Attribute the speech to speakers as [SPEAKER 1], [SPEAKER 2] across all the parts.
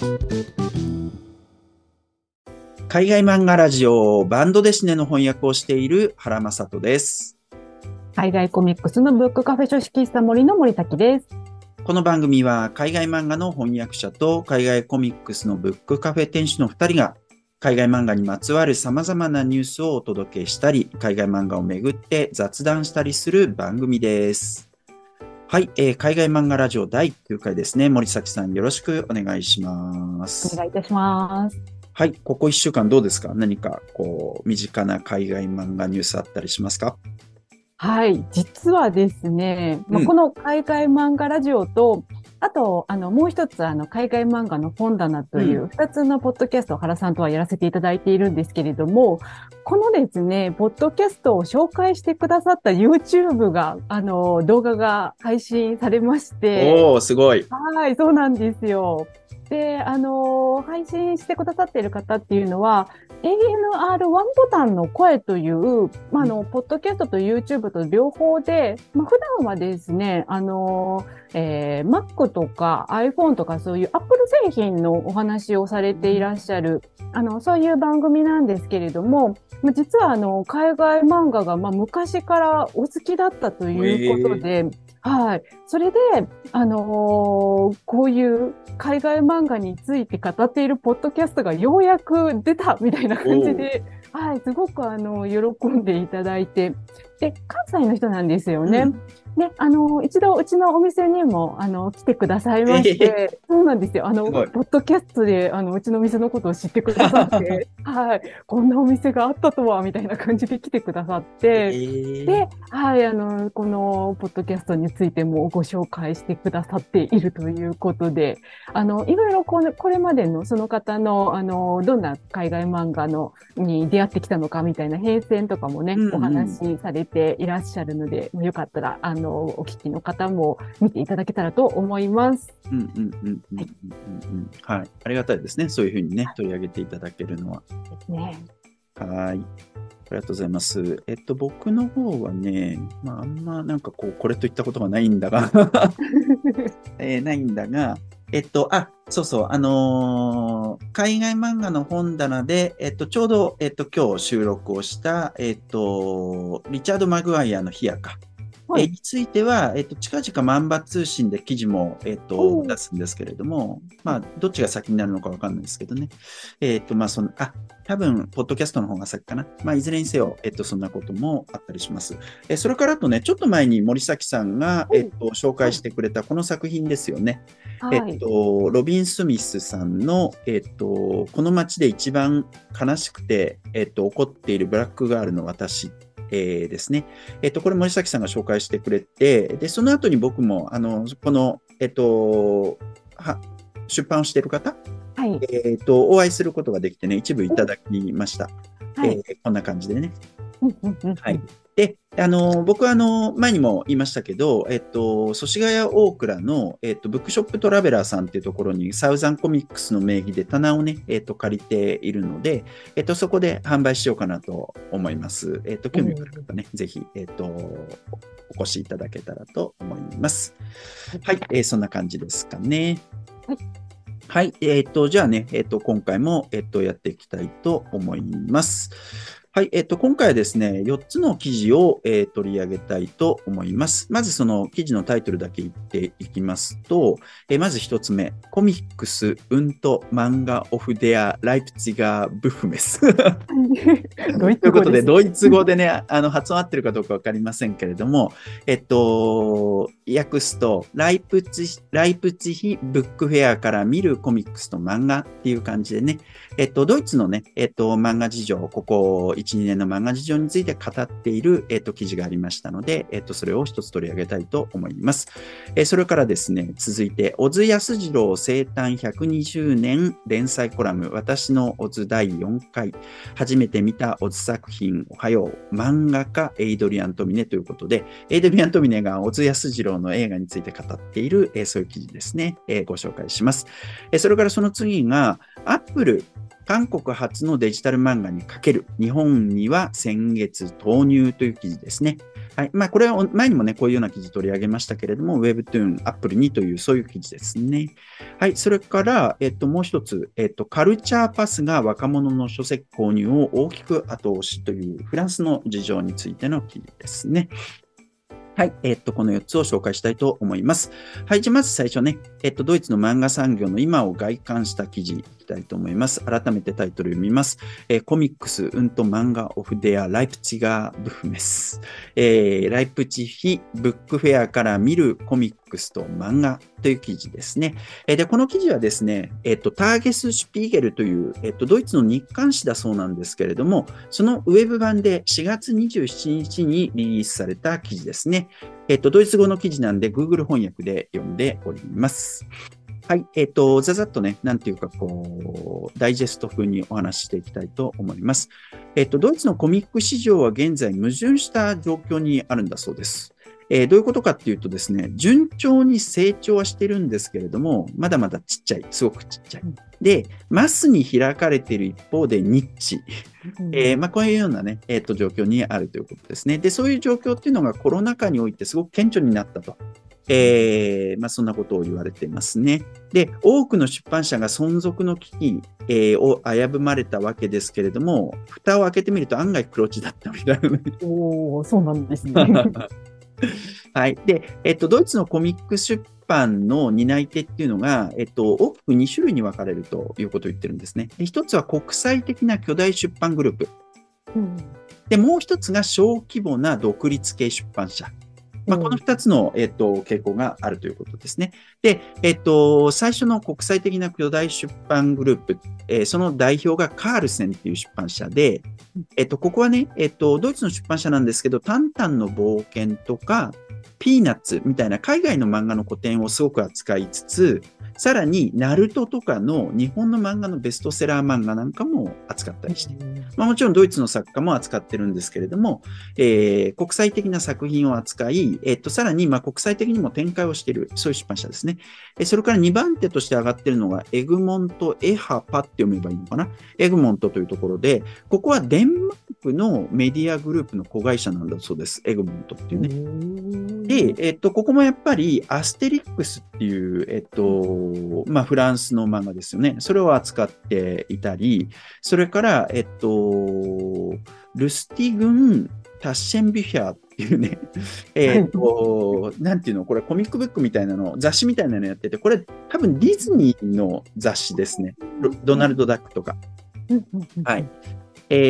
[SPEAKER 1] 海外漫画ラジオバンドデシネの翻訳をしている原正人です。
[SPEAKER 2] 海外コミックスのブックカフェ書式室森の森崎です。
[SPEAKER 1] この番組は海外漫画の翻訳者と海外コミックスのブックカフェ店主の2人が海外漫画にまつわる様々なニュースをお届けしたり、海外漫画をめぐって雑談したりする番組です。はい、海外漫画ラジオ第9回ですね。森崎さんよろしくお願いします。
[SPEAKER 2] お願いいたします。
[SPEAKER 1] はい、ここ1週間どうですか？何か身近な海外漫画ニュースあったりしますか？
[SPEAKER 2] はい、実はですね、
[SPEAKER 1] うん。
[SPEAKER 2] この海外漫画ラジオと、あと、もう一つ、海外漫画の本棚という二つのポッドキャストを原さんとはやらせていただいているんですけれども、このですね、ポッドキャストを紹介してくださった YouTube が、動画が配信されまして、
[SPEAKER 1] おー、すごい。
[SPEAKER 2] はい、そうなんですよ。で、配信してくださっている方っていうのは、ANR1 ボタンの声という、ポッドキャストと YouTube と両方で、普段はですね、Mac とか iPhone とかそういう Apple 製品のお話をされていらっしゃる、そういう番組なんですけれども、実は海外漫画が昔からお好きだったということ
[SPEAKER 1] え
[SPEAKER 2] で、はい。それで、こういう海外漫画について語っているポッドキャストがようやく出たみたいな感じ
[SPEAKER 1] おー、
[SPEAKER 2] で、はい。すごく喜んでいただいて、で、関西の人なんですよね。
[SPEAKER 1] うん。
[SPEAKER 2] で、一度うちのお店にも、来てくださいまし
[SPEAKER 1] ー、
[SPEAKER 2] て、そうなんですよ。
[SPEAKER 1] すごい。
[SPEAKER 2] ポッドキャストで、うちのお店のことを知ってくださって、はい。こんなお店があったとは、みたいな感じで来てくださっ
[SPEAKER 1] え
[SPEAKER 2] て、
[SPEAKER 1] ー、
[SPEAKER 2] で、はい、このポッドキャストについてもご紹介してくださっているということで、いろいろこれまでのその方の、どんな海外漫画に出会ってきたのかみたいな変遷とかもね、
[SPEAKER 1] うん
[SPEAKER 2] お
[SPEAKER 1] うん。
[SPEAKER 2] 話しされていらっしゃるので、よかったら、お聞きの方も見ていただけたらと思います。
[SPEAKER 1] うんうんうんうんうん
[SPEAKER 2] はい。
[SPEAKER 1] うんうん。はい。ありがたいですね。そういうふうにね、取り上げていただけるのは。
[SPEAKER 2] ですね。
[SPEAKER 1] はい。ありがとうございます。僕の方はね、あんまなんかこれといったことがないんだがないんだが、そうそう、海外漫画の本棚で、ちょうど、今日収録をした、リチャード・マグワイアのヒアか。
[SPEAKER 2] はい。
[SPEAKER 1] については、近々万場通信で記事も、
[SPEAKER 2] おー。
[SPEAKER 1] 出すんですけれども、どっちが先になるのかわかんないですけどね。多分、ポッドキャストの方が先かな。いずれにせよ、そんなこともあったりします。それからあとね、ちょっと前に森崎さんが、
[SPEAKER 2] おー。
[SPEAKER 1] 紹介
[SPEAKER 2] はい。
[SPEAKER 1] してくれたこの作品ですよね。
[SPEAKER 2] はい。
[SPEAKER 1] ロビン・スミスさんの、この街で一番悲しくて、怒っているブラックガールの私、ですね。これ森崎さんが紹介してくれて、で、その後に僕も、この、出版をしている方、
[SPEAKER 2] はい。
[SPEAKER 1] お会いすることができてね、一部いた
[SPEAKER 2] お、
[SPEAKER 1] だきました。
[SPEAKER 2] はい。
[SPEAKER 1] こんな感じでね。
[SPEAKER 2] うんうんうん
[SPEAKER 1] はい。
[SPEAKER 2] うん。
[SPEAKER 1] で、僕は前にも言いましたけど、祖師ヶ谷大倉の、ブックショップトラベラーさんっていうところにサウザンコミックスの名義で棚をね、借りているので、そこで販売しようかなと思います。興味がある方ね、ぜひ、お越しいただけたらと思います。はい、そんな感じですかね。
[SPEAKER 2] はい。
[SPEAKER 1] はい。じゃあね、今回も、やっていきたいと思います。はい。今回はですね、4つの記事を、取り上げたいと思います。まずその記事のタイトルだけ言っていきますと、まず1つ目、コミックス、漫画オフデア、ライプツィガー、ブフメス。
[SPEAKER 2] ドイ
[SPEAKER 1] ということで、
[SPEAKER 2] ツ語ですね。
[SPEAKER 1] ドイツ語でね、発音合ってるかどうかわかりませんけれども、訳すと、ライプツヒブックフェアから見るコミックスと漫画っていう感じでね、ドイツのね、漫画事情、ここ1、2年の漫画事情について語っている、記事がありましたので、それを一つ取り上げたいと思います。それからですね、続いて、小津安二郎生誕120年連載コラム、私の小津第4回、初めて見た小津作品、おはよう、漫画家エイドリアン・トミネということで、エイドリアン・トミネが小津安二郎の映画について語っている、そういう記事ですね、ご紹介します。それからその次が、アップル、韓国初のデジタル漫画にかける日本には先月投入という記事ですね。 はい。まあ、これは前にもね、こういうような記事取り上げましたけれども、Webtoon、Apple にという、そういう記事ですね。はい。それから、もう一つ、カルチャーパスが若者の書籍購入を大きく後押しというフランスの事情についての記事ですね。はい。この4つを紹介したいと思います。はい。じゃあ、まず最初ね、ドイツの漫画産業の今を概観した記事いきたいと思います。改めてタイトル読みます。コミックス漫画オフデアライプチガーブフメス。ライプチヒブックフェアから見るコミックスと漫画という記事ですね。で、この記事はですね、ターゲス・シュピーゲルという、ドイツの日刊誌だそうなんですけれども、そのウェブ版で4月27日にリリースされた記事ですね。ドイツ語の記事なんで Google 翻訳で読んでおります。はい。ざざっとね、なんていうか、ダイジェスト風にお話ししていきたいと思います。ドイツのコミック市場は現在矛盾した状況にあるんだそうです。どういうことかっていうとですね、順調に成長はしてるんですけれども、まだまだちっちゃい、すごくちっちゃい。で、マスに開かれている一方でニッチ。こういうようなね、状況にあるということですね。で、そういう状況っていうのがコロナ禍においてすごく顕著になったと。そんなことを言われていますね。で、多くの出版社が存続の危機、を危ぶまれたわけですけれども、蓋を開けてみると案外黒字だったみたいなね。
[SPEAKER 2] おー、そうなんですね。
[SPEAKER 1] はい。で、ドイツのコミック出版の担い手っていうのが、大きく2種類に分かれるということを言ってるんですね。で、一つは国際的な巨大出版グループ。で、もう一つが小規模な独立系出版社。この2つの、傾向があるということですね。で、最初の国際的な巨大出版グループ、その代表がカールセンっていう出版社で、ここはね、ドイツの出版社なんですけど、タンタンの冒険とか、ピーナッツみたいな海外の漫画の古典をすごく扱いつつ、さらに、ナルトとかの日本の漫画のベストセラー漫画なんかも扱ったりして、もちろんドイツの作家も扱ってるんですけれども、国際的な作品を扱い、さらに国際的にも展開をしている、そういう出版社ですね。それから2番手として上がっているのが、エグモント・エハパって読めばいいのかな。エグモントというところで、ここはデンマークのメディアグループの子会社なんだそうです。エグモントっていうね。で、ここもやっぱりアステリックスっていう、フランスの漫画ですよね。それを扱っていたり、それから、ルスティグン・タッシェンビュヒャーっていうね、なんていうの、これコミックブックみたいなの、雑誌みたいなのやってて、これ多分ディズニーの雑誌ですね。ドナルド・ダックとか。はい。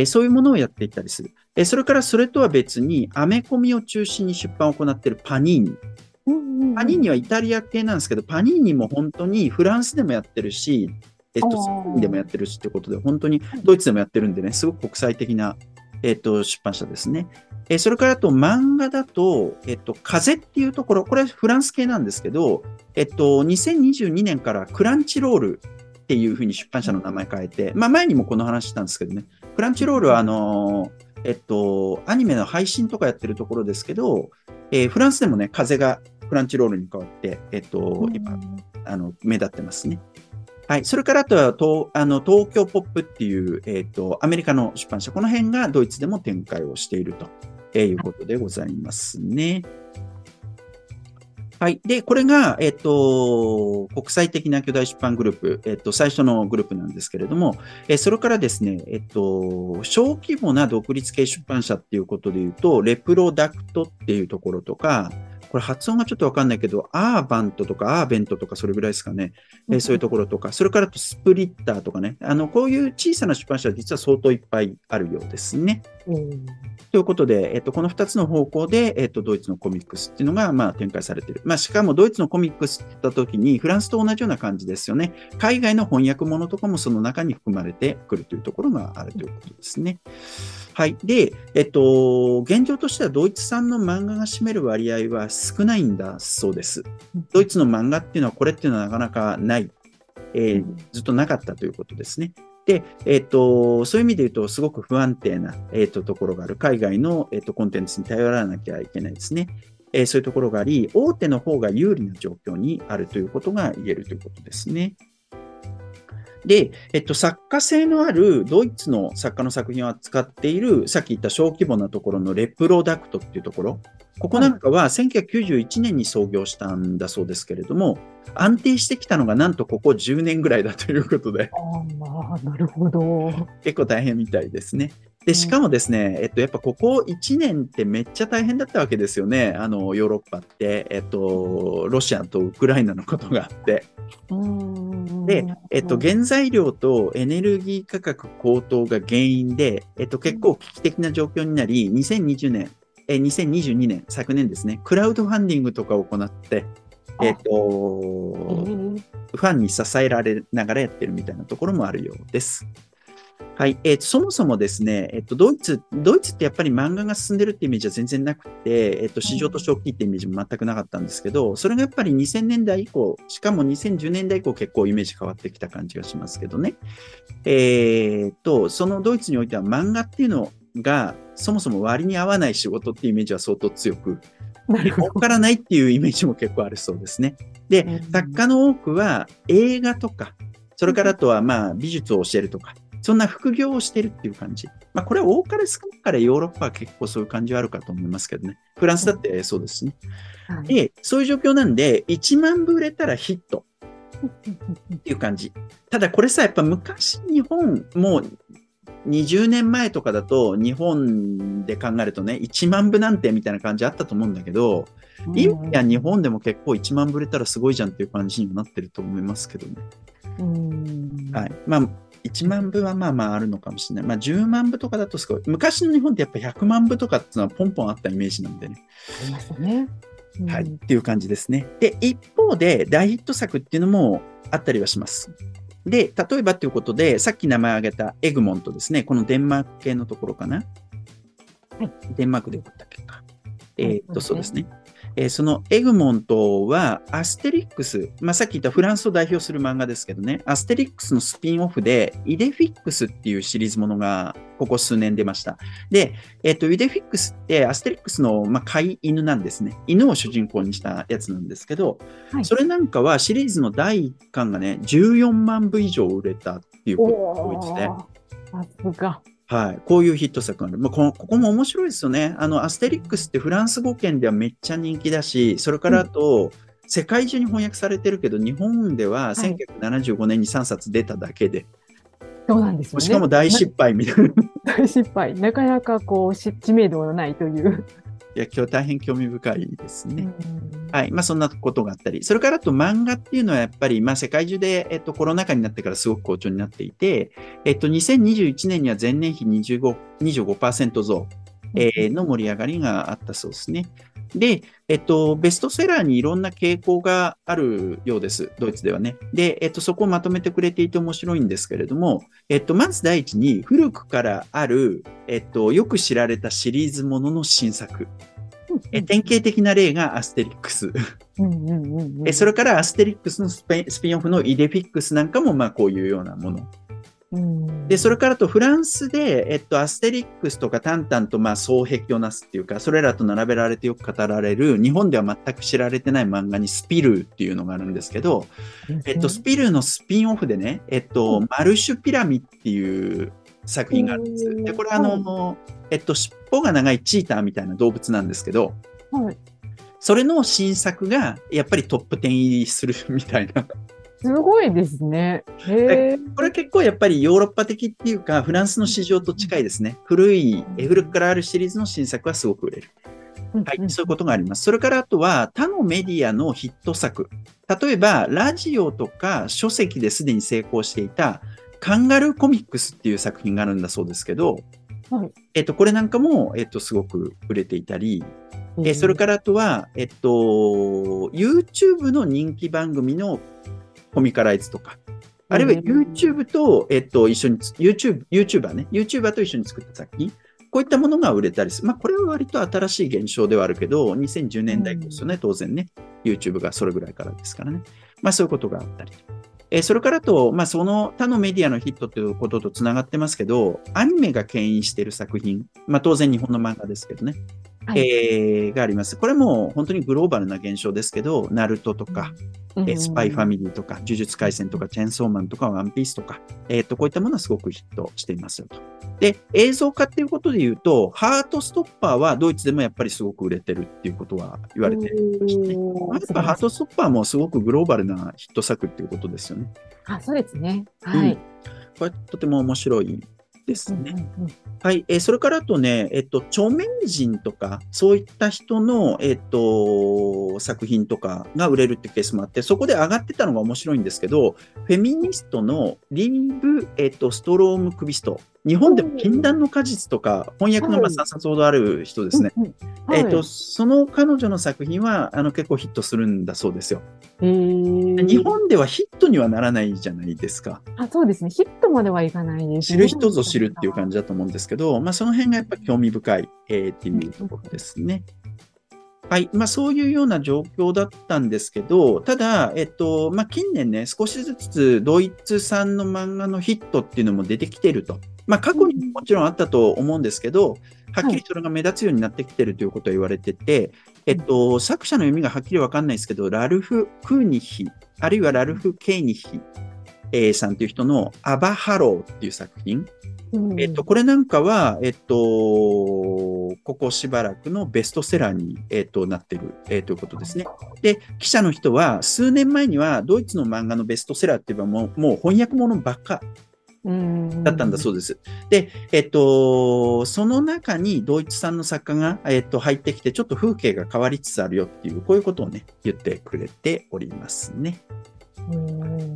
[SPEAKER 1] そういうものをやっていったりする。それからそれとは別に、アメコミを中心に出版を行っているパニーニ。パニーニはイタリア系なんですけど、パニーニも本当にフランスでもやってるし、スペインでもやってるしということで、本当にドイツでもやってるんでね、すごく国際的な、出版社ですね。それからあと漫画だと、風っていうところ、これはフランス系なんですけど、2022年からクランチロールっていうふうに出版社の名前変えて、前にもこの話したんですけどね、クランチロールはアニメの配信とかやってるところですけど、フランスでもね、風がクランチロールに変わって、今、目立ってますね。はい。それからあとは、東京ポップっていう、アメリカの出版社、この辺がドイツでも展開をしているということでございますね。はい。で、これが、国際的な巨大出版グループ、最初のグループなんですけれども、それからですね、小規模な独立系出版社っていうことで言うと、レプロダクトっていうところとか、これ発音がちょっとわかんないけど、アーバントとかアーベントとかそれぐらいですかね。そういうところとか、それからスプリッターとかね。こういう小さな出版社は実は相当いっぱいあるようですね。ということで、この2つの方向で、ドイツのコミックスっていうのが、展開されている。しかもドイツのコミックスって言ったときに、フランスと同じような感じですよね。海外の翻訳物とかもその中に含まれてくるというところがあるということですね。はい。で、現状としてはドイツ産の漫画が占める割合は少ないんだそうです。ドイツの漫画っていうのは、これっていうのはなかなかない。ずっとなかったということですね。で、そういう意味で言うと、すごく不安定な、ところがある。海外の、コンテンツに頼らなきゃいけないですね。そういうところがあり、大手の方が有利な状況にあるということが言えるということですね。 で、作家性のあるドイツの作家の作品を扱っている、さっき言った小規模なところのレプロダクトっていうところ、ここなんかは1991年に創業したんだそうですけれども、安定してきたのがなんとここ10年ぐらいだということで、
[SPEAKER 2] ああ、なるほど。
[SPEAKER 1] 結構大変みたいですね。で、しかもですね、やっぱここ1年ってめっちゃ大変だったわけですよね。ヨーロッパって、ロシアとウクライナのことがあって。で、原材料とエネルギー価格高騰が原因で、結構危機的な状況になり、2022年、昨年ですね、クラウドファンディングとかを行って、ファンに支えられながらやってるみたいなところもあるようです。はい。そもそもですね、ドイツってやっぱり漫画が進んでるってイメージは全然なくて、市場として大きいってイメージも全くなかったんですけど、それがやっぱり2000年代以降、しかも2010年代以降結構イメージ変わってきた感じがしますけどね。そのドイツにおいては漫画っていうのがそもそも割に合わない仕事っていうイメージは相当強く、儲からないっていうイメージも結構あるそうですね。で、作家の多くは映画とか、それからあとは美術を教えるとか、そんな副業をしてるっていう感じ。これは多かれ少なかれヨーロッパは結構そういう感じはあるかと思いますけどね。フランスだってそうですね。で、そういう状況なんで、1万部売れたらヒットっていう感じ。ただこれさ、やっぱ昔日本、もう20年前とかだと日本で考えるとね、1万部なんてみたいな感じあったと思うんだけど、今や日本でも結構1万部売れたらすごいじゃんっていう感じにはなってると思いますけどね。はい。1万部はあるのかもしれない。10万部とかだとすごい。昔の日本ってやっぱ100万部とかっていうのはポンポンあったイメージなんでね。
[SPEAKER 2] ありましたね。
[SPEAKER 1] はい。っていう感じですね。で、一方で大ヒット作っていうのもあったりはします。で、例えばということで、さっき名前挙げたエグモントですね。このデンマーク系のところかな。はい。デンマークでよかったっけか。そうですね。そのエグモントはアステリックス、さっき言ったフランスを代表する漫画ですけどね、アステリックスのスピンオフでイデフィックスっていうシリーズものがここ数年出ました。で、イデフィックスってアステリックスの、飼い犬なんですね。犬を主人公にしたやつなんですけど、はい、それなんかはシリーズの第1巻がね、14万部以上売れたっていうことで、
[SPEAKER 2] さすが。
[SPEAKER 1] はい。こういうヒット作がある。ここも面白いですよね。アステリックスってフランス語圏ではめっちゃ人気だし、それからあと、世界中に翻訳されてるけど、日本では1975年に3冊出ただけで。
[SPEAKER 2] そうなんですよね。
[SPEAKER 1] しかも大失敗みたいな。
[SPEAKER 2] 大失敗。なかなか知名度のないという。
[SPEAKER 1] いや、今日大変興味深いですね。はい。そんなことがあったり。それからあと漫画っていうのはやっぱり、世界中で、コロナ禍になってからすごく好調になっていて、2021年には前年比25% 増、の盛り上がりがあったそうですね。で、ベストセラーにいろんな傾向があるようです。ドイツではね。で、そこをまとめてくれていて面白いんですけれども、まず第一に古くからある、よく知られたシリーズものの新作。典型的な例がアステリックス。それからアステリックスのスピンオフのイデフィックスなんかもこういうようなもの。で、それからとフランスで、アステリックスとかタンタンと双璧をなすっていうか、それらと並べられてよく語られる、日本では全く知られてない漫画にスピルーっていうのがあるんですけど、スピルーのスピンオフでね、マルシュピラミっていう作品があるんです。で、これ尻尾が長いチーターみたいな動物なんですけど、それの新作がやっぱりトップ10入りするみたいな。
[SPEAKER 2] すごいですね。
[SPEAKER 1] これ結構やっぱりヨーロッパ的っていうか、フランスの市場と近いですね。古くからあるシリーズの新作はすごく売れる。はい、そういうことがあります。それからあとは他のメディアのヒット作。例えば、ラジオとか書籍ですでに成功していたカンガルーコミックスっていう作品があるんだそうですけど、これなんかも、すごく売れていたり、それからあとは、YouTube の人気番組のコミカライズとか、あるいは YouTube と、一緒に、YouTuber と一緒に作った作品、こういったものが売れたりする。これは割と新しい現象ではあるけど、2010年代ですよね、当然ね。YouTube がそれぐらいからですからね。そういうことがあったり。それからと、その他のメディアのヒットということとつながってますけど、アニメが牽引している作品、当然日本の漫画ですけどね。
[SPEAKER 2] はい。
[SPEAKER 1] があります。これも本当にグローバルな現象ですけど、ナルトとか、
[SPEAKER 2] うん。
[SPEAKER 1] スパイファ
[SPEAKER 2] うん。
[SPEAKER 1] ミリーとか、呪術廻戦とか、チェーンソーマンとか、ワンピースとか、こういったものはすごくヒットしていますよと。で、映像化っていうことで言うと、ハートストッパーはドイツでもやっぱりすごく売れてるっていうことは言われてましたね。まあ、
[SPEAKER 2] おー、
[SPEAKER 1] やっぱハー
[SPEAKER 2] 素晴らしい。
[SPEAKER 1] トストッパーもすごくグローバルなヒット作っていうことですよね。
[SPEAKER 2] あ、そうですね。
[SPEAKER 1] うん。
[SPEAKER 2] はい。
[SPEAKER 1] これとても面白いです
[SPEAKER 2] うん。
[SPEAKER 1] ね。
[SPEAKER 2] うん。
[SPEAKER 1] はい。それからあとね、著名人とか、そういった人の、作品とかが売れるっていうケースもあって、そこで上がってたのが面白いんですけど、フェミニストのリーブ、ストロームクビスト。日
[SPEAKER 2] う
[SPEAKER 1] 本でも禁
[SPEAKER 2] ん。
[SPEAKER 1] 断の果実とか、翻訳がまあ
[SPEAKER 2] はい。
[SPEAKER 1] 3冊ほどある人ですね。
[SPEAKER 2] うん。うん。はい。
[SPEAKER 1] その彼女の作品は、結構ヒットするんだそうですよ。
[SPEAKER 2] えー、
[SPEAKER 1] 日本ではヒットにはならないじゃないですか。
[SPEAKER 2] あ、そうですね。ヒットまではいかないですね。
[SPEAKER 1] 知る人ぞ知るっていう感じだと思うんですけど、まあ、その辺がやっぱり興味深い、って
[SPEAKER 2] うん。
[SPEAKER 1] いうところですね。はい。まあ、そういうような状況だったんですけど、ただ、まあ、近年ね、少しずつドイツ産の漫画のヒットっていうのも出てきてると。まあ、過去にももちろんあったと思うんですけど、はっ
[SPEAKER 2] はい。
[SPEAKER 1] きりそれが目立つようになってきてるということは言われてて、作者の読みがはっきりわかんないですけど、ラルフ・クーニヒ、あるいはラルフ・ケーニヒ、さんという人のアバハローっていう作品。
[SPEAKER 2] うん。
[SPEAKER 1] これなんかは、ここしばらくのベストセラーに、なっている、ということですね。で、記者の人は、数年前にはドイツの漫画のベストセラーって言えばもう翻訳物ばっか
[SPEAKER 2] う
[SPEAKER 1] だったんだ
[SPEAKER 2] ん。
[SPEAKER 1] そうです。で、その中にドイツ産の作家が、入ってきて、ちょっと風景が変わりつつあるよっていう、こういうことをね、言ってくれておりますね。
[SPEAKER 2] うん。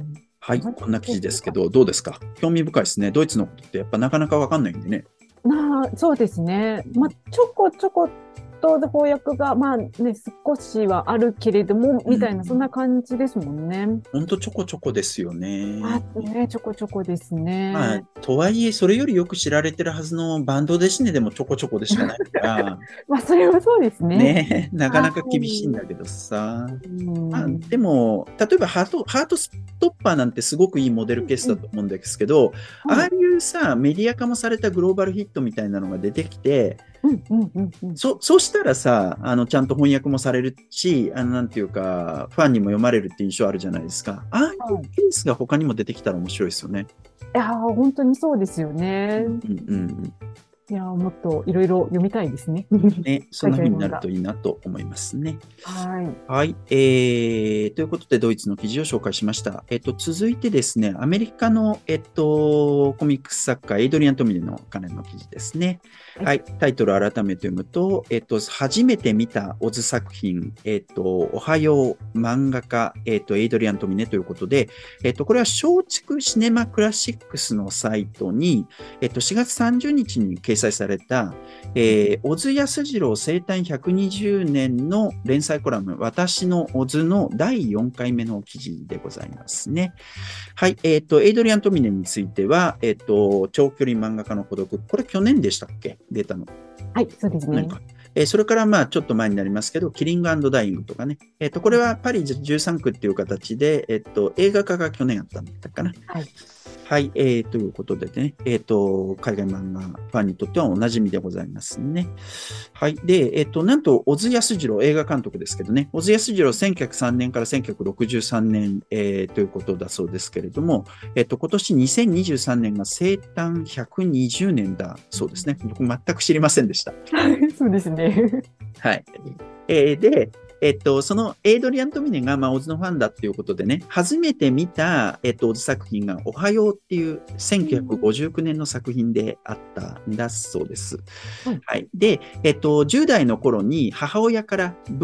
[SPEAKER 1] はい、こんな記事ですけど、どうですか？興味深いですね。ドイツのことってやっぱなかなかわかんないんでね。
[SPEAKER 2] そうですね。まあ、ちょこちょこと翻訳が、まあね、少しはあるけれども、
[SPEAKER 1] う
[SPEAKER 2] みたいな、そん
[SPEAKER 1] ん。
[SPEAKER 2] な感じですもんね。
[SPEAKER 1] ほんとちょこちょこですよね。
[SPEAKER 2] ね、ちょこちょこです
[SPEAKER 1] まあ、
[SPEAKER 2] ね。
[SPEAKER 1] とはいえ、それよりよく知られてるはずのバンドデシネでもちょこちょこでしかないから、
[SPEAKER 2] まあ、それはそうですね。
[SPEAKER 1] ね、なか
[SPEAKER 2] は
[SPEAKER 1] なか厳しいんだ
[SPEAKER 2] い。
[SPEAKER 1] けどさ。
[SPEAKER 2] う
[SPEAKER 1] まあ、
[SPEAKER 2] ん。
[SPEAKER 1] でも、例えばハートストッパーなんてすごくいいモデルケース
[SPEAKER 2] うん。
[SPEAKER 1] だと思うんですけど、ああ
[SPEAKER 2] はい。
[SPEAKER 1] いうさ、メディア化もされたグローバルヒットみたいなのが出てきて、
[SPEAKER 2] うん。うん。うん。うん。
[SPEAKER 1] そうしたらさ、ちゃんと翻訳もされるし、なんていうか、ファンにも読まれるって印象あるじゃないですか。ああいう
[SPEAKER 2] はい。
[SPEAKER 1] ケースが他にも出てきたら面白いですよね。
[SPEAKER 2] いやー、本当にそうですよ
[SPEAKER 1] う
[SPEAKER 2] ね。
[SPEAKER 1] んうんうんうん。
[SPEAKER 2] いやー、もっといろいろ読みたいですね。
[SPEAKER 1] ね、そん
[SPEAKER 2] 海
[SPEAKER 1] な風にな
[SPEAKER 2] 外漫画。
[SPEAKER 1] るといいなと思いますね。
[SPEAKER 2] はい。
[SPEAKER 1] はい。ということで、ドイツの記事を紹介しました。続いてですね、アメリカの、コミックス作家、エイドリアン・トミネの関連の記事ですね。
[SPEAKER 2] はい。
[SPEAKER 1] はい。タイトルを改めて読むと、初めて見たオズ作品、おはよう漫画家、エイドリアン・トミネということで、これは松竹シネマクラシックスのサイトに、4月30日に掲載された、小津安二郎生誕120年の連載コラム、私の小津の第4回目の記事でございますね。はい。エイドリアン・トミネについては、長距離漫画家の孤独。これ去年でしたっけ？出たの。
[SPEAKER 2] はい、そうですね。
[SPEAKER 1] なんか。それからまあちょっと前になりますけど、キリングダイイングとかね。これはパリ13区っていう形で、映画化が去年あったんだったかな。
[SPEAKER 2] はい。
[SPEAKER 1] はい、ということでね、海外漫画ファンにとってはおなじみでございますね。はい。で、なんと、小津安二郎映画監督ですけどね、小津安二郎1903年から1963年、ということだそうですけれども、今年2023年が生誕120年だそうですね。僕全く知りませんでした。
[SPEAKER 2] そうですね。
[SPEAKER 1] はい。で、そのエイドリアン・トミネが、まあ、オズのファンだっていうことでね、初めて見た、オズ作品が、おはようっていう1959年の作品であったんだそうです。
[SPEAKER 2] はい。
[SPEAKER 1] はい。で、10代の頃に母親から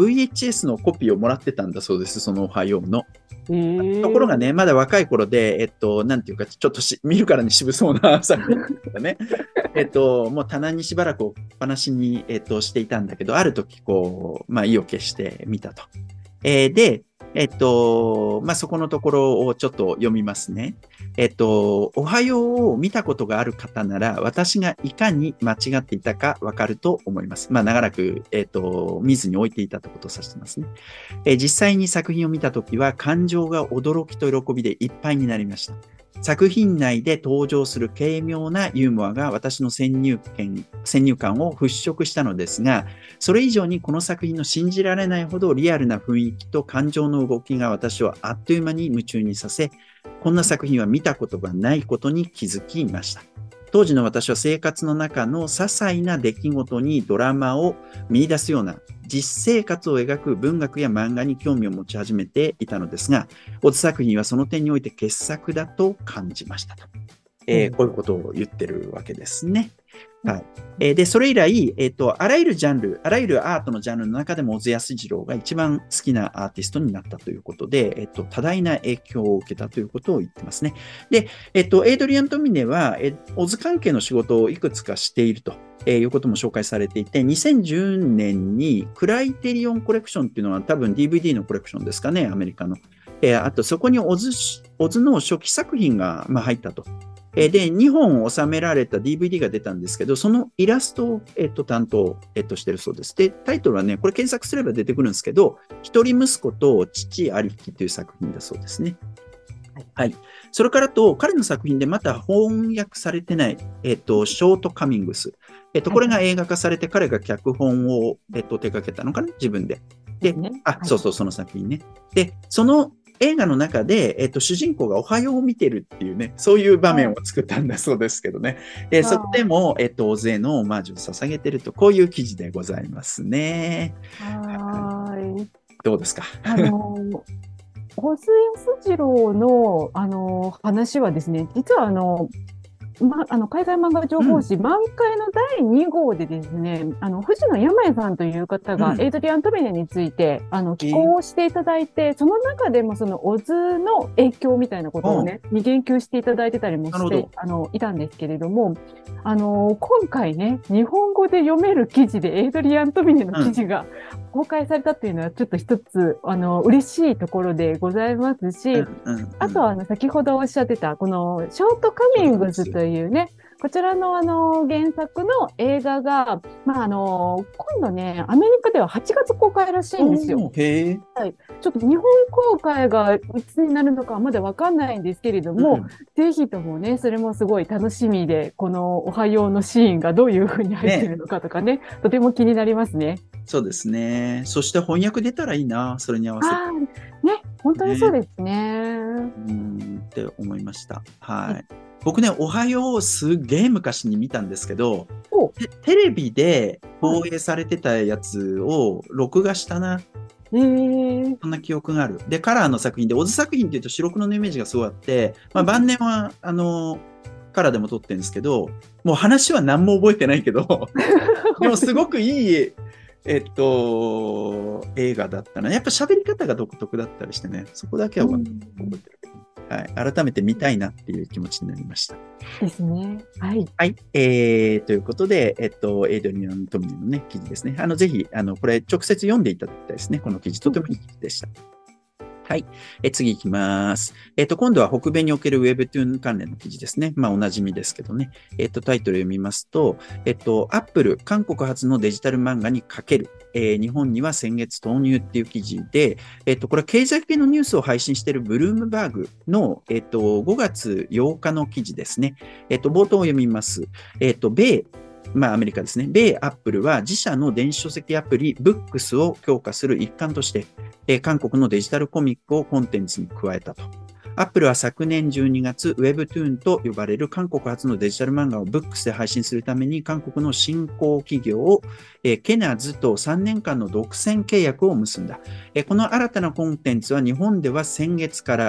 [SPEAKER 1] VHS のコピーをもらってたんだそうです。そのおはようの。ところがね、
[SPEAKER 2] ええ。
[SPEAKER 1] まだ若い頃で、なんていうか、ちょっと見るからに渋そうな作品だね。もう棚にしばらく置きっぱなしに、していたんだけど、ある時、こう、まあ、意を決して見たと。で、まあ、そこのところをちょっと読みますね。おはようを見たことがある方なら、私がいかに間違っていたかわかると思います。まあ、長らく、見ずに置いていたということを指してますね。実際に作品を見たときは、感情が驚きと喜びでいっぱいになりました。 作品内で登場する軽妙なユーモアが私の先入観を払拭したのですが、それ以上にこの作品の信じられないほどリアルな雰囲気と感情の動きが私をあっという間に夢中にさせ、こんな作品は見たことがないことに気づきました。当時の私は生活の中の些細な出来事にドラマを見出すような実生活を描く文学や漫画に興味を持ち始めていたのですが、オズ作品はその点において傑作だと感じましたと。こういうことを言ってるわけですね。はい。で、それ以来、あらゆるジャンル、あらゆるアートのジャンルの中でも小津安二郎が一番好きなアーティストになったということで、多大な影響を受けたということを言ってますね。で、エイドリアン・トミネは、小津関係の仕事をいくつかしていると。いうことも紹介されていて、2010年にクライテリオンコレクションっていうのは多分 DVD のコレクションですかね、アメリカの。あとそこに小津の初期作品が、入ったと。で、2本収められた DVD が出たんですけど、そのイラストを、担当、してるそうです。で、タイトルはね、これ検索すれば出てくるんですけど、一人息子と父ありきという作品だそうですね。はい。それからと、彼の作品でまた翻訳されてない、ショートカミングス。これが映画化されて、彼が脚本を、手掛けたのかな、自分で。で、そうそう、その作品ね。で、その映画の中で、主人公がおはようを見てるっていうね、そういう場面を作ったんだそうですけどね。そこでも、大勢のオマージュを捧げてると、こういう記事でございますね。どうですか？
[SPEAKER 2] 小津安二郎の、話はですね、実は海外漫画情報誌、満開の第2号でですね、藤野山江さんという方が、エイドリアン・トミネについて、寄稿をしていただいて、その中でもその小津の影響みたいなことをね、に言及していただいてたりもして、いたんですけれども、今回ね、日本語で読める記事でエイドリアン・トミネの記事が公開されたっていうのは、ちょっと一つ、嬉しいところでございますし、あとは、先ほどおっしゃってた、この、ショートカミングスというね、こちらの原作の映画が、今度ね、アメリカでは8月公開らしいんですよ。はい。ちょっと日本公開がいつになるのかはまだわかんないんですけれども、ぜひともね、それもすごい楽しみで、このおはようのシーンがどういう風に入ってるのかとかね、とても気になりますね。
[SPEAKER 1] そうですね。そして翻訳出たらいいな、それに合わせて。
[SPEAKER 2] ね、本当にそうですね。
[SPEAKER 1] って思いました。はい。僕ね、おはようすげえ昔に見たんですけど、テレビで放映されてたやつを録画したな。そんな記憶がある。で、カラーの作品で、小津作品っていうと白黒のイメージがすごいあって、晩年は、カラーでも撮ってるんですけど、もう話は何も覚えてないけど、でもすごくいい、映画だったな。やっぱ喋り方が独特だったりしてね、そこだけは覚えてるけど。はい、改めて見たいなっていう気持ちになりました。
[SPEAKER 2] ですね。はい。
[SPEAKER 1] はい。ということで、エイドリアン・トミネのね、記事ですね。ぜひ、これ直接読んでいただきたいですね。この記事、とてもいい記事でした。はい。次行きます。今度は北米における Webtoon 関連の記事ですね。おなじみですけどね。タイトル読みますと、Apple、韓国発のデジタル漫画にかける。日本には先月投入っていう記事で、これは経済系のニュースを配信しているブルームバーグの、5月8日の記事ですね。冒頭を読みます。アメリカですね。米アップルは自社の電子書籍アプリ、ブックスを強化する一環として、韓国のデジタルコミックをコンテンツに加えたと。アップルは昨年12月、Webtoon と呼ばれる韓国発のデジタル漫画をブックスで配信するために、韓国の新興企業、ケナズと3年間の独占契約を結んだ。この新たなコンテンツは日本では先月から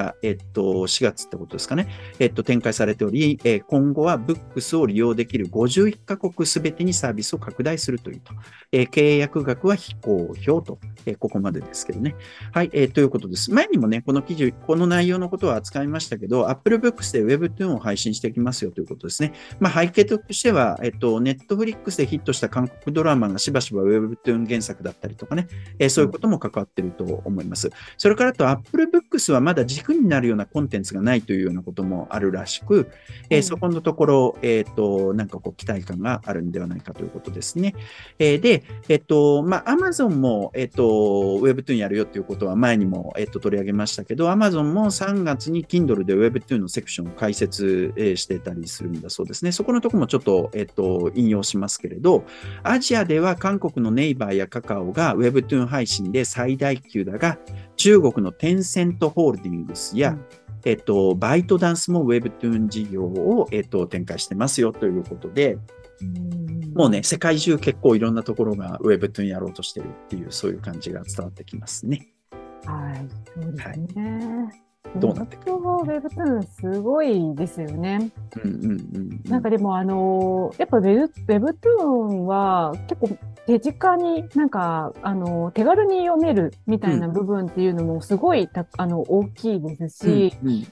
[SPEAKER 1] 、4月ってことですかね、展開されており、今後はブックスを利用できる51カ国すべてにサービスを拡大するというと。契約額は非公表と、ここまでですけどね。はい、ということです。前にもね、この記事、この内容のことは扱いましたけど、Apple Books で Webtoon を配信していきますよということですね。背景としては、Netflix でヒットした韓国ドラマがしばしば Webtoon 原作だったりとかね、そういうことも関わっていると思います。それからと Apple Books はまだ軸になるようなコンテンツがないというようなこともあるらしく、そこのところ、なんかこう期待感があるんではないかということですね。で、Amazon も、Webtoon やるよということは前にも、取り上げましたけど、Amazon も3月月に Kindle で Webtoon のセクションを解説してたりするんだそうですね。そこのところもちょっと、引用しますけれど、アジアでは韓国のネイバーやカカオが Webtoon 配信で最大級だが、中国のテンセントホールディングスや、バイトダンスも Webtoon 事業を、展開してますよということで、もうね、世界中結構いろんなところが Webtoon やろうとしてるっていう、そういう感じが伝わってきますね。
[SPEAKER 2] はい、そうですね。
[SPEAKER 1] どうなってくる
[SPEAKER 2] Webtoon すごいですよね。なんかでもやっぱWebtoon は結構手近になんか手軽に読めるみたいな部分っていうのもすごい大きいですし、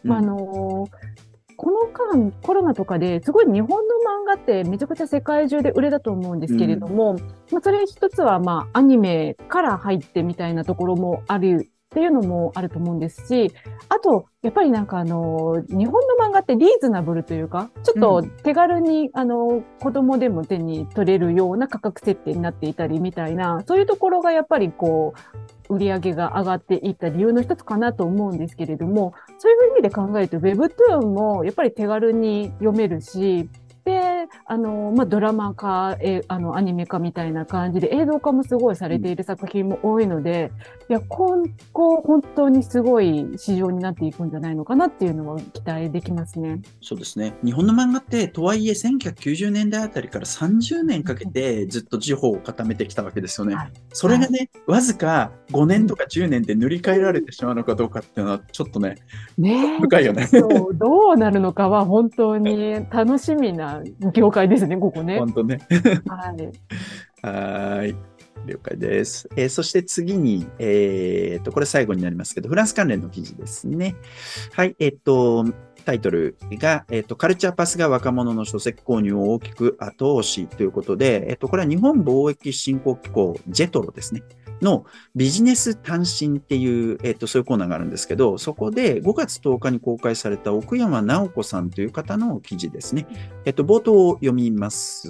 [SPEAKER 2] この間コロナとかですごい日本の漫画ってめちゃくちゃ世界中で売れだと思うんですけれども、それ一つはアニメから入ってみたいなところもあるっていうのもあると思うんですし、あと、やっぱりなんか日本の漫画ってリーズナブルというか、ちょっと手軽に子供でも手に取れるような価格設定になっていたりみたいな、そういうところがやっぱり売り上げが上がっていった理由の一つかなと思うんですけれども、そういう意味で考えると Webtoon もやっぱり手軽に読めるし、で、ドラマ化、アニメ化みたいな感じで映像化もすごいされている作品も多いので、いや、今後本当にすごい市場になっていくんじゃないのかなっていうのは期待できますね。
[SPEAKER 1] そうですね。日本の漫画って、とはいえ1990年代あたりから30年かけてずっと時報を固めてきたわけですよね。それがね、わずか5年とか10年で塗り替えられてしまうのかどうかっていうのはちょっとね、深いよね。
[SPEAKER 2] どうなるのかは本当に楽しみな業界ですね、ここね。
[SPEAKER 1] 本当ね。はい。了解です。そして次に、これ最後になりますけど、フランス関連の記事ですね。はい。タイトルが、カルチャーパスが若者の書籍購入を大きく後押しということで、これは日本貿易振興機構、ジェトロですね。のビジネス単身っていう、そういうコーナーがあるんですけど、そこで5月10日に公開された奥山直子さんという方の記事ですね。冒頭を読みます。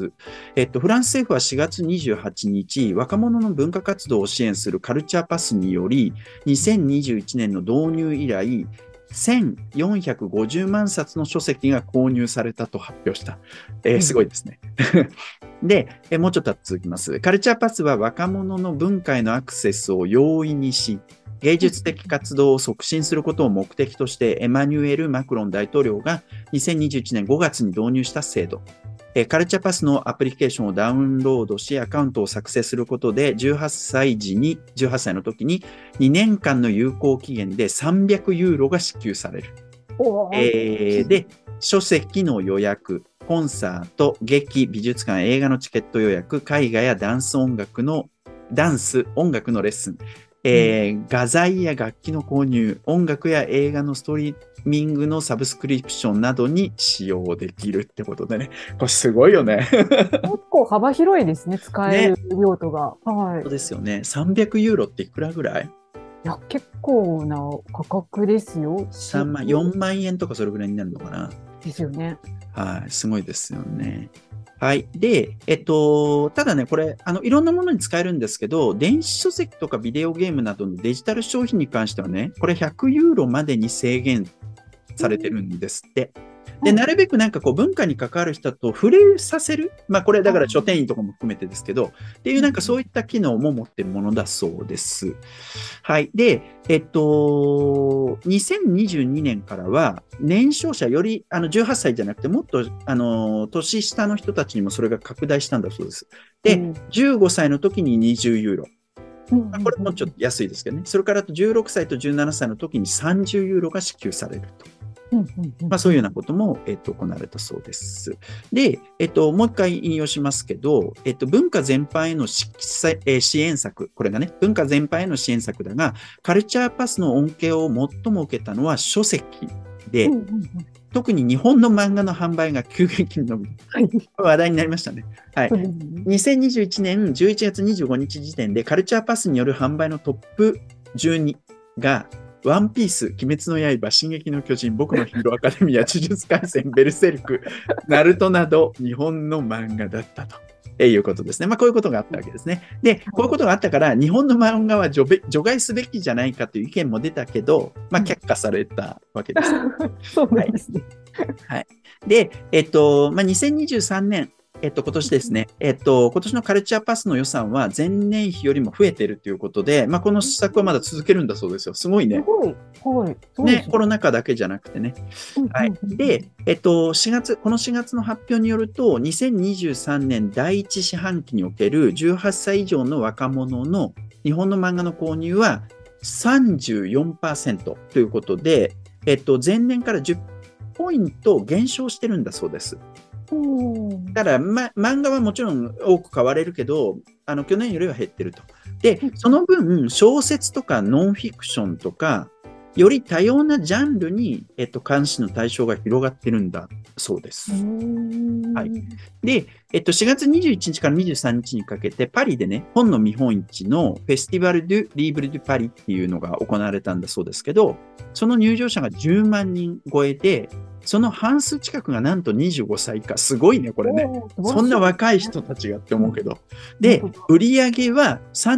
[SPEAKER 1] フランス政府は4月28日、若者の文化活動を支援するカルチャーパスにより、2021年の導入以来、1450万冊の書籍が購入されたと発表した。すごいですね。で、もうちょっと続きます。カルチャーパスは若者の文化へのアクセスを容易にし、芸術的活動を促進することを目的として、エマニュエル・マクロン大統領が2021年5月に導入した制度。カルチャーパスのアプリケーションをダウンロードし、アカウントを作成することで、18歳の時に2年間の有効期限で300ユーロが支給される。で、書籍の予約、コンサート、劇、美術館、映画のチケット予約、絵画や音楽のレッスン、画材や楽器の購入、音楽や映画のストリーミングのサブスクリプションなどに使用できるってことでね。これすごいよね。
[SPEAKER 2] 結構幅広いですね、使える用途が。
[SPEAKER 1] はい。そうですよね。300ユーロっていくらぐらい？
[SPEAKER 2] いや、結構な価格ですよ。
[SPEAKER 1] 4万円とかそれぐらいになるのかな。
[SPEAKER 2] ですよね。
[SPEAKER 1] はい。すごいですよね。はい。で、ただね、これ、いろんなものに使えるんですけど、電子書籍とかビデオゲームなどのデジタル商品に関してはね、これ100ユーロまでに制限されてるんですって。で、なるべくなんか文化に関わる人と触れさせる。これだから書店員とかも含めてですけど、っていうなんかそういった機能も持ってるものだそうです。はい。で、2022年からは、年少者より、18歳じゃなくて、もっと、年下の人たちにもそれが拡大したんだそうです。で、15歳の時に20ユーロ。これもちょっと安いですけどね。それからあと16歳と17歳の時に30ユーロが支給されると。そういうようなことも、行われたそうです。で、もう一回引用しますけど、文化全般への支援策、これがね、文化全般への支援策だが、カルチャーパスの恩恵を最も受けたのは書籍で、特に日本の漫画の販売が急激に伸びる。話題になりましたね。はい。2021年11月25日時点で、カルチャーパスによる販売のトップ12が、ワンピース、鬼滅の刃、進撃の巨人、僕のヒーローアカデミア、呪術廻戦、ベルセルク、ナルトなど日本の漫画だったと。 いうことですね。まあ、こういうことがあったわけですね。で、こういうことがあったから、日本の漫画は除外すべきじゃないかという意見も出たけど、まあ、却下されたわけです。
[SPEAKER 2] そうなんですね。
[SPEAKER 1] はい。で、まあ、2023年、今年ですね、今年のカルチャーパスの予算は前年比よりも増えているということで、まあ、この施策はまだ続けるんだそうですよ。すごいね。
[SPEAKER 2] すごい。はい。そうです
[SPEAKER 1] ね、コロナ禍だけじゃなくてね。はい。で、この4月の発表によると、2023年第一四半期における18歳以上の若者の日本の漫画の購入は34% ということで、前年から10ポイント減少してるんだそうです。だから、漫画はもちろん多く買われるけど、去年よりは減ってると。で、その分、小説とかノンフィクションとか、より多様なジャンルに、監視の対象が広がってるんだそうです。はい。で、4月21日から23日にかけて、パリでね、本の見本市のフェスティバル・ドゥ・リーブル・ドゥ・パリっていうのが行われたんだそうですけど、その入場者が10万人超えで、その半数近くがなんと25歳以下。すごいね、これね。そんな若い人たちがって思うけど。で、売り上げは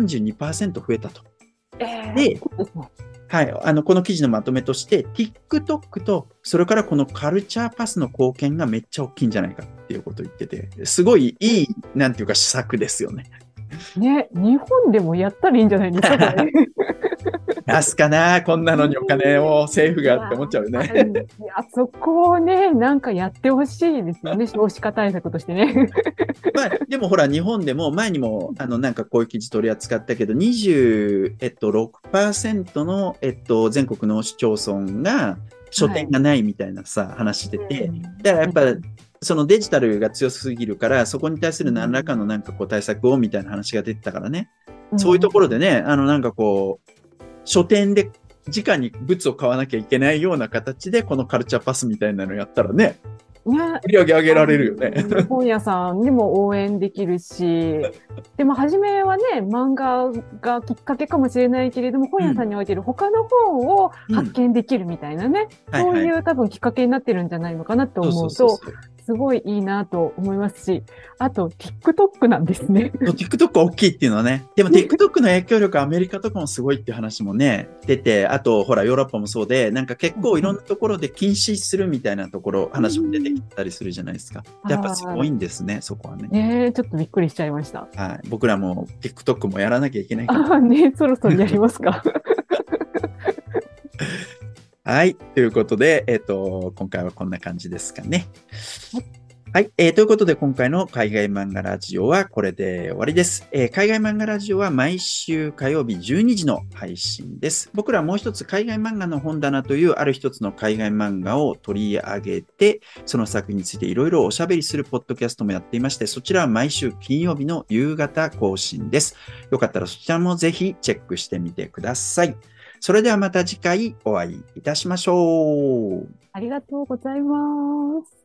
[SPEAKER 1] 32% 増えたと。で、はい、この記事のまとめとして、TikTok と、それからこのカルチャーパスの貢献がめっちゃ大きいんじゃないかっていうことを言ってて、すごいいい、なんていうか、施策ですよね。
[SPEAKER 2] ね、日本でもやったらいいんじゃないですか、これ。
[SPEAKER 1] 出すかな、こんなのにお金を政府がって思っちゃうよね。
[SPEAKER 2] いや、そこをね、なんかやってほしいですよね、少子化対策としてね。
[SPEAKER 1] まあ、でもほら、日本でも前にも、なんかこういう記事取り扱ったけど、26% の、全国の市町村が書店がないみたいなさ、話してて、だからやっぱ、そのデジタルが強すぎるから、そこに対する何らかのなんかこう対策をみたいな話が出てたからね。そういうところでね、なんかこう、書店で直に物を買わなきゃいけないような形で、このカルチャーパスみたいなのやったらね、売り上げ上げられるよね。
[SPEAKER 2] 本屋さんにも応援できるし、でも初めはね、漫画がきっかけかもしれないけれども、本屋さんに置いてる他の本を発見できるみたいなね、そういう多分きっかけになってるんじゃないのかなと思うと、すごいいいなと思いますし、あと TikTok なんですね。
[SPEAKER 1] TikTok 大きいっていうのはね。でも TikTok の影響力アメリカとかもすごいっていう話もね、出て、あとほらヨーロッパもそうで、なんか結構いろんなところで禁止するみたいなところ、話も出てきたりするじゃないですか。やっぱすごいんですね、そこはね。
[SPEAKER 2] ちょっとびっくりしちゃいました。
[SPEAKER 1] はい。僕らも TikTok もやらなきゃいけないから。
[SPEAKER 2] あね、そろそろやりますか。
[SPEAKER 1] はい。ということで、今回はこんな感じですかね。はい、ということで今回の海外漫画ラジオはこれで終わりです。海外漫画ラジオは毎週火曜日12時の配信です。僕らもう一つ海外漫画の本棚というある一つの海外漫画を取り上げて、その作品についていろいろおしゃべりするポッドキャストもやっていまして、そちらは毎週金曜日の夕方更新です。よかったらそちらもぜひチェックしてみてください。それではまた次回お会いいたしましょう。
[SPEAKER 2] ありがとうございます。